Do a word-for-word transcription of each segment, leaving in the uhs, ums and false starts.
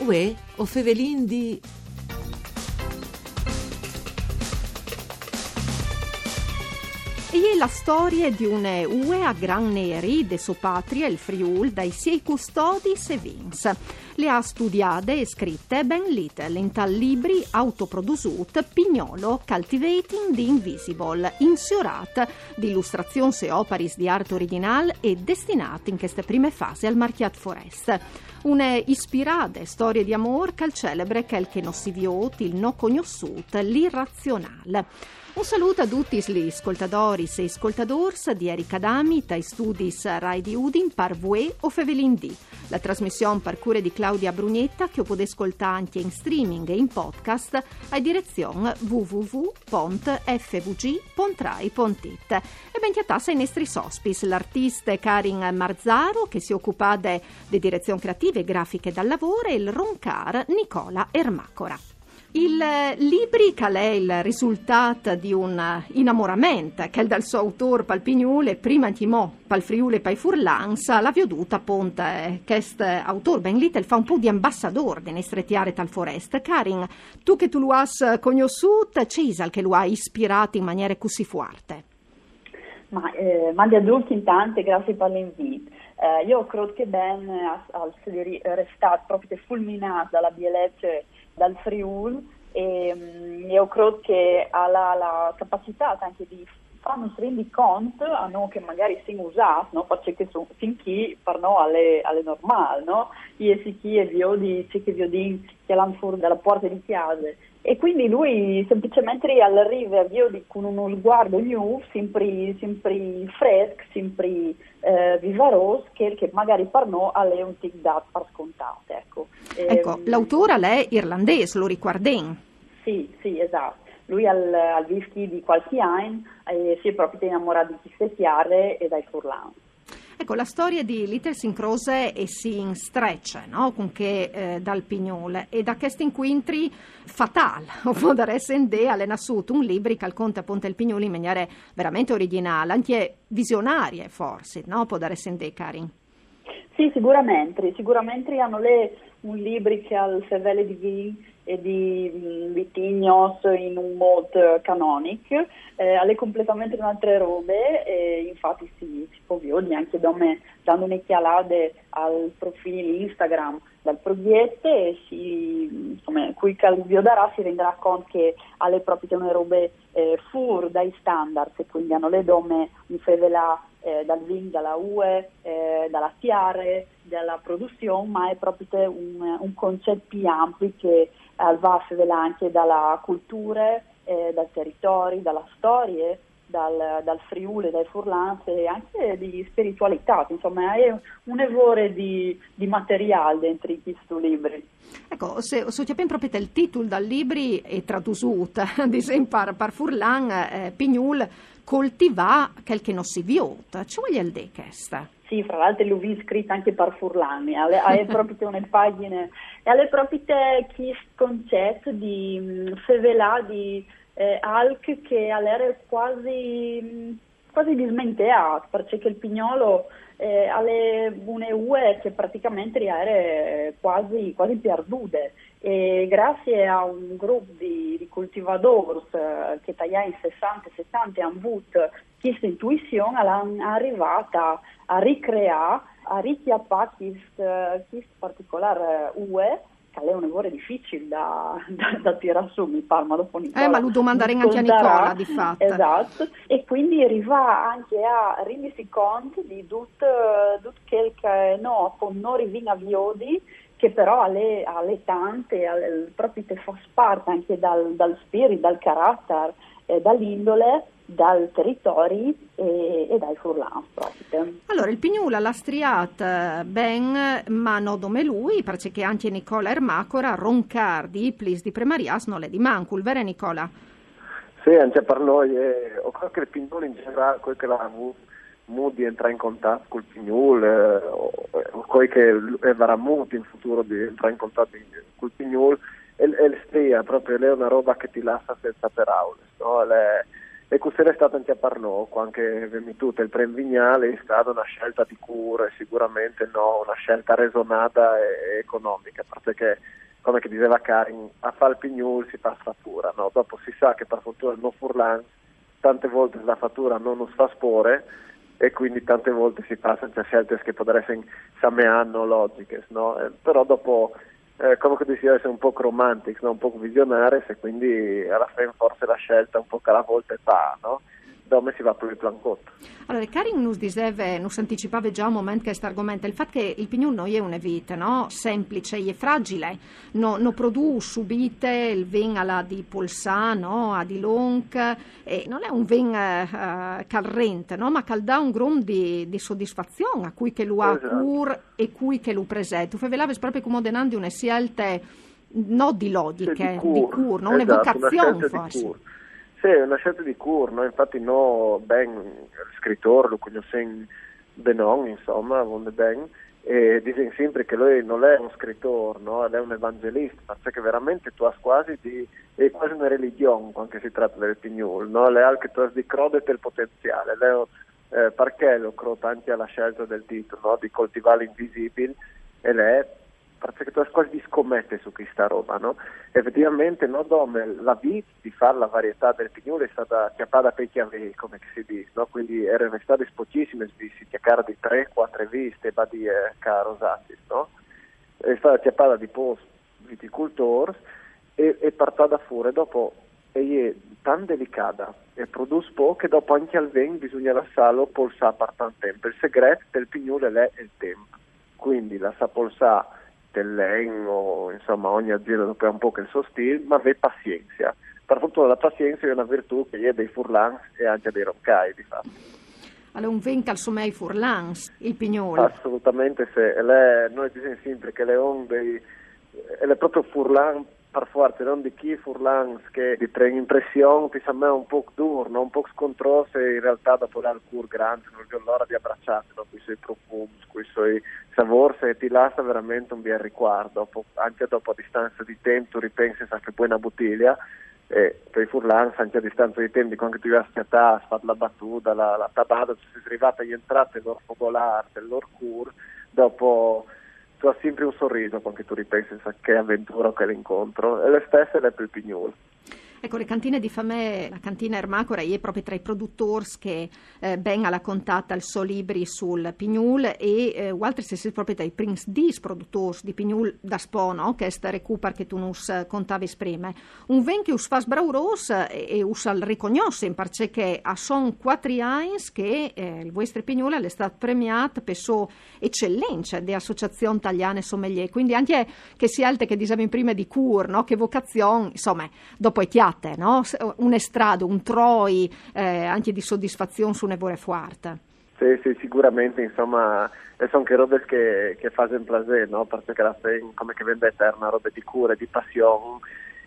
Uè, o Fevelin di... E è la storia di un ue a gran neri de so patria, il Friul, dai suoi custodi e vins. Le ha studiate e scritte ben little in tal libri autoprodusut Pignolo Cultivating the Invisible, insiorat di illustrazioni e operis di arte original e destinati in queste prime fasi al Marchiat Forest. Une ispirate storie di amor che il celebre quel che non si viot, il no cognosciut, l'irrazionale. Un saluto a tutti gli ascoltatori e ascoltadors di Erika Dami, dai studis Rai di Udin, par Vue o Fevelin D. La trasmissione par cure di Claudia Brugnetta che potete ascoltare anche in streaming e in podcast a direzione w w w punto f v g punto rai punto it. E ben chiatassa ai nostri sospis, l'artista Karin Marzaro che si occupa di direzione creative e grafiche dal lavoro e il roncar Nicola Ermacora. Il libri che è il risultato di un innamoramento che è dal suo autore Palpignule prima antimò pal Friuli e pal Furlanza la veduta appunto che questo autore Ben Little fa un po' di ambassador di nestretiare tal forest. Karin, tu che tu lo hai conosciuto, c'è che lo ha ispirato in maniera così forte? Ma eh, mandi adulti intanto, grazie per l'invito. Eh, io credo che Ben al restato proprio fulminato dalla bellezza dal Friuli e um, io credo che ha la, la capacità anche di farnos rendi conto a noi che magari si usati, no? Perché sono fin chi per noi alle, alle normali, no? Io si chi e vio di c'è che vio di che l'hanno fuori dalla porta di casa e quindi lui semplicemente all'arrivo vio di con uno sguardo new, sempre, sempre fresco, sempre eh, vivaroso, che, che magari per noi è un tic dat per scontato, ecco. Ecco, e, l'autore è irlandese, lo ricorden? Sì, sì, esatto. Lui al, al whisky di qualche anno eh, si è proprio innamorato di Chiare e dai Furlan. Ecco, la storia di Little Sincrose e si streccia, no? Con che eh, dal Pignole e da questo inquintri fatale, o può dare essere alle nasciuto un libro che racconta appunto il Pignole in maniera veramente originale, anche visionaria forse, no? Può dare essere Karin. Sì, sicuramente, sicuramente hanno le un libro che ha il Fevele di Vin e di um, Vitignos in un modo canonico, eh, è completamente un'altra robe e infatti si, si può vedere anche da me, dando un'occhialata al profilo Instagram dal progetto e si, insomma, qui che vi darà si renderà conto che alle proprie una robe eh, fur dai standard e quindi hanno le dome un fevela eh, dal vin, dalla U E, eh, dalla Tiare, dalla produzione, ma è proprio un, un concetto più ampio che eh, va a fevela anche dalla cultura, eh, dal territorio, dalla storia, dal, dal Friuli, dai Furlans e anche di spiritualità, insomma è un evore di, di materiale dentro questo libro. Ecco, se, se ti appena proprio il titolo dal libro è tradotto, di sempre per Furlan, eh, Pignul coltiva quel che non si viota, ci vuole il de questa? Sì, fra l'altro l'ho scritta anche per Furlan, è proprio una pagina, è proprio questo concetto di fevela, di eh, alc che all'era quasi, quasi dismenteato, perché il Pignolo eh, alle une U E che praticamente era quasi, quasi perduta e grazie a un gruppo di, di coltivatori eh, che tagliai in sessanta settanta hanno avuto questa intuizione, l'hanno arrivata a ricreare, a richiappare questo particolare U E che è un lavoro difficile da, da, da tirare su, mi pare, ma dopo Nicola. Eh, ma lo domandare anche a Nicola, di fatto. Esatto, e quindi arriva anche a rendersi conto di tutto, tutto quel che no, con noi viene a Viodi, che però alle, alle tante, alle, proprio te fa parte anche dal, dal spirito, dal carattere, eh, dall'indole, dal territorio e, e dai Furlan proprio. Allora, il Pignula l'ha striata ben, ma non come lui, perché anche Nicola Ermacora roncardi, plis di Premarias, non è di Mancul, vero Nicola? Sì, anche per noi, eh, ho credo che il Pignula in generale, quel che l'ha avuto, di entrare in contatto col Pignul, eh, o, o quel che è veramente in futuro di entrare in contatto col Pignul, e, e stria, proprio lei è una roba che ti lascia senza parole, no? Le, E questa è stata anche a Parnò, anche venuto il premio Vignale, è stata una scelta di cura, sicuramente no, una scelta resonata e, e economica, perché come che diceva Karin, a fare il pignul si fa fattura, no? Dopo si sa che per fortuna il no furlan tante volte la fattura non nos fa spore e quindi tante volte si fa senza scelte che potrebbero essere sameano logiche, no? Eh, però dopo Eh, come che diceva, essere un po' romantico, no? Un po' visionario, e quindi alla fine forse la scelta un po' che alla volta è fa, no? Dove si va per il plancotto. Allora, Karin nos diceva, nos anticipava già un momento che questo argomento, il fatto che il pignul non è una vita, no? Semplice e fragile, no, no produce subite il vin alla di polsà, no? A di lonc, e non è un vin uh, calrente, no? Ma che dà un grum di, di soddisfazione a cui che lo ha Esatto. cur e cui che lo presenta. Tu velavi proprio come denando una scelte non di logiche, Sì, di di cur, cur, no? esatto, Un'evocazione una scelta forse. di cur. Sì, è una scelta di cur, no? Infatti no, ben, il scrittore, lo conosciamo benon, insomma, vonde ben, e dicono sempre che lui non è un scrittore, no? È un evangelista, perché veramente tu hai quasi di, è quasi una religione quando si tratta del pignul, no? Le altre tu hai di crodete il potenziale, Leo, eh, perché lo crota anche alla scelta del titolo, no? Di coltivare l'invisibile, e lei perché tu hai quasi di scommette su questa roba, no? Effettivamente no, dome, la vita di fare la varietà del pignolo è stata chiappata per chiavi, come si dice, no? Quindi erano state pochissime si chiacchiera di tre quattro viste, va di eh, carosati, no? È stata chiappata di post viticultori e, e partata fuori, dopo è tan delicata e produce poco che dopo anche al vin bisogna lasciarlo polsare per tanto tempo. Il segreto del pignolo è il tempo, quindi la sa polsare del legno, insomma ogni azienda dopo un po' che il suo stile, ma avere pazienza. Per fortuna la pazienza è una virtù che è dei furlans e anche dei roncai, di fatto. Allora un vin calzomei furlans, il pignolo. Assolutamente sì, e le, noi diciamo sempre che le onde, è proprio furlan per forza, non di chi furlans che ti prende impressione, ti sembra un po' duro, no? Un po' scontroso e in realtà dopo l'alcur grande, non c'è l'ora di abbracciarti, no? Con i suoi profumi, con i suoi sapori, e ti lascia veramente un bel ricordo, dopo, anche dopo a distanza di tempo tu ripensi a che poi una bottiglia, e per i furlans anche a distanza di tempo, quando tu vai a schiattare, a fare la battuta, la, la tabata, tu sei arrivata e entrate, l'or fogolare, l'or cur, dopo tu hai sempre un sorriso quando tu ripensi a che avventura o che l'incontro, e le stesse le per il pignolo. Ecco, le cantine di Famè, la cantina Ermacora è proprio tra i produttori che eh, ben alla contata il suo libri sul pignul e eh, altri se si proprio tra i primi dis produttori di pignul da spo, no? Che è sta recupar che tu nos contavi prima. Un ven che us fa sbrauros e, e us al riconosce, perché a son quattro anni che eh, il vostro pignul è stato premiato per sua eccellenza di associazioni italiane sommelier, quindi anche che si alte che diciamo prima di cur, no? Che vocazione, insomma, dopo è chiaro, no? Un estrado, un troi, eh, anche di soddisfazione su nevore forte. Sì, sì, sicuramente, insomma, sono che robe che, che fanno piacere, no? Perché la fai come che vende eterna, robe di cura, di passione,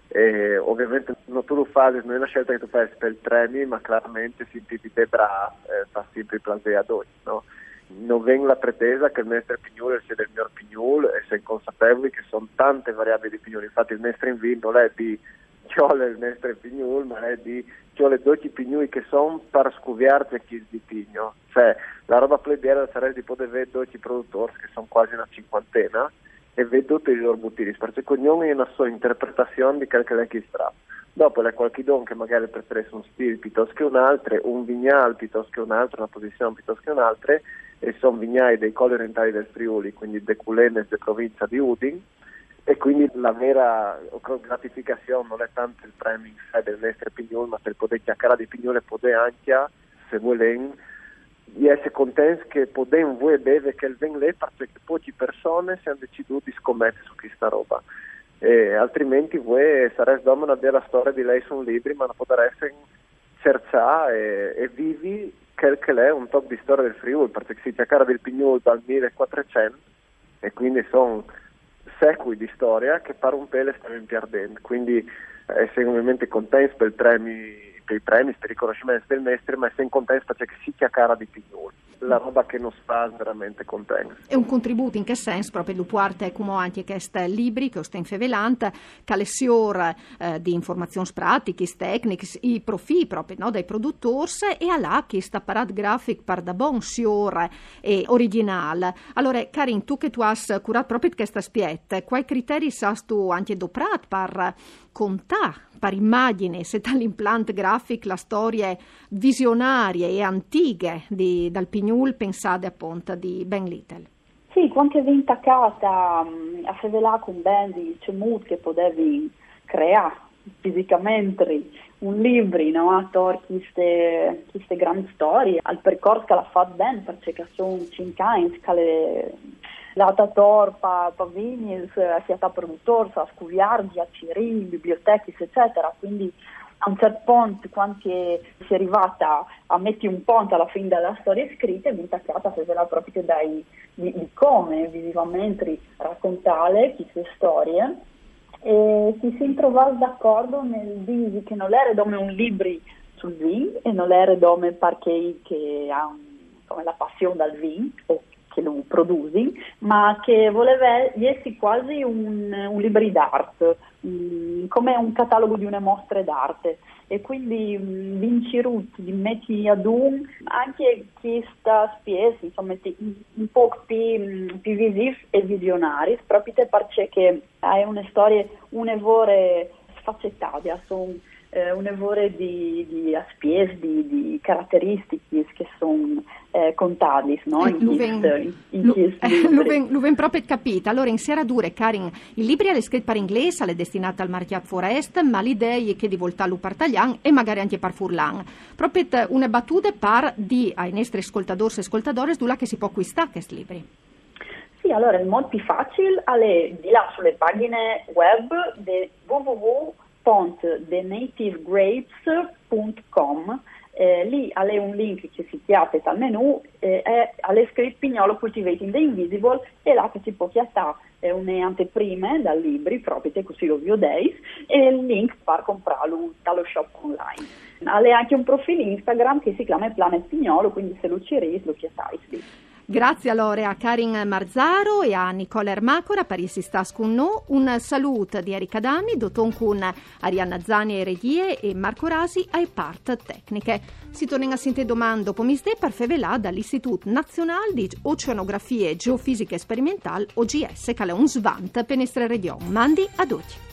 e ovviamente non tu lo fai, non è una scelta che tu fai per il treni, ma chiaramente si ti ti bravo, eh, fa sempre piacere ad ogni, no? Non vengo la pretesa che il nostro pignolo sia del mio pignolo e siamo consapevoli che sono tante variabili di pignolo, infatti il nostro invito non è di ciole il nostro pignolo, ma è di ciole dodici pignoli che sono per scuviarti a chi di pigno, cioè la roba plebeiera sarebbe di poter vedere dodici produttori che sono quasi una cinquantina e vedo tutti i loro bottigli, perché ognuno ha una sua interpretazione di quel che è chi sta. Dopo c'è qualche don che magari preferisce un stile piuttosto che un altro, un vignale piuttosto che un altro, una posizione piuttosto che un'altra, e sono vignai dei colli orientali del Friuli, quindi de Culenes, de provincia di Udin, e quindi la vera gratificazione non è tanto il premio in sé del nostro pignolo, ma per poter chiacchierare di pignolo e poter anche, se vuole, di essere contenti che possiamo voi bere che il vin lì, perché poche persone si hanno deciso di scommettere su questa roba. E altrimenti voi sareste domani a dire la storia di lei sono libri, ma non potreste cercare e, e vivi quel che è un top di storia del Friuli, perché si chiacchiera del pignolo dal millequattrocento e quindi sono secoli di storia che per un pelo stiamo perdendo, quindi eh, siamo ovviamente contenti per i premi, per i premi, per i riconoscimenti del mestre, ma siamo contenti perché si chiacchiera di pignolo. la roba che non fa veramente contenta. È un contributo in che senso proprio l'upuarte come anche questi libri che sta in fevelant, che le sior eh, di informazioni pratiche, tecniche, i profi proprio no, dai produttori e allà che sta parat grafic par da bon sior e originale. Allora, Karin, tu che tu has curato proprio questa spietta, quali criteri sas tu anche doprat par contà, per immagine, se dall'implant grafic la storia visionarie e antiche di, dal Pignul pensate appunto di Ben Little. Sì, quando vi intaccata a fevelà con ben di cemut che potevi creare fisicamente un libro, no? A tor queste, queste grandi storie, al percorso che l'ha fatto bene, perché sono cinque anni che le l'atator pa, pa Vignes, a siata produttori, a scuviargi, a Ciri, biblioteche, eccetera. Quindi a un certo punto, quando si è arrivata a mettere un ponte alla fine della storia scritta, mi intaccata a fare proprio dai, di, di come visivamente raccontare queste storie. E si si trovava d'accordo nel dire che non era come un libro sul vino e non era come perché che ha un, come la passione dal vino o che lo produci, ma che voleva essere quasi un, un libro d'arte, um, come un catalogo di una mostra d'arte. E quindi um, vincirut di metti ad un anche questa spesa, insomma, un po' più, più visivi e visionari, proprio perché è una storia un'evore sfaccettata, sono eh, un'evore di, di aspies, di, di caratteristiche che sono eh, contabili, no? Eh, lo ven proprio capito. Allora, in sera dure, Karin, il libro è scritto per inglese, è destinato al Marchiat Forest, ma l'idea è che di voltarlo per taglian e magari anche per furlan. Proprio una battuta par di ai nostri ascoltatori e ascoltatori dove che si può acquistare questi libri. Sì, allora il modo più facile è di là sulle pagine web di w w w punto the native grapes punto com. Eh, lì è un link che si chiama dal menu eh, è scritto Pignolo Cultivating the Invisible e là che si può chiattare eh, une anteprime dal libro proprio così lo vedeis e il link per comprarlo dallo shop online. Ha anche un profilo Instagram che si chiama Planet Pignolo, quindi se lo cercate lo chiattais lì. Grazie allora a Karin Marzaro e a Nicola Ermacora per il sistas con noi. Un saluto di Erika Dami, doton con Arianna Zani e Regie e Marco Rasi ai part tecniche. Si torna a sentire domani dopo misdè per fevelà dall'Istituto Nazionale di Oceanografie Geofisiche Sperimentali O G S che è un svant per nostra regione. Mandi ad oggi.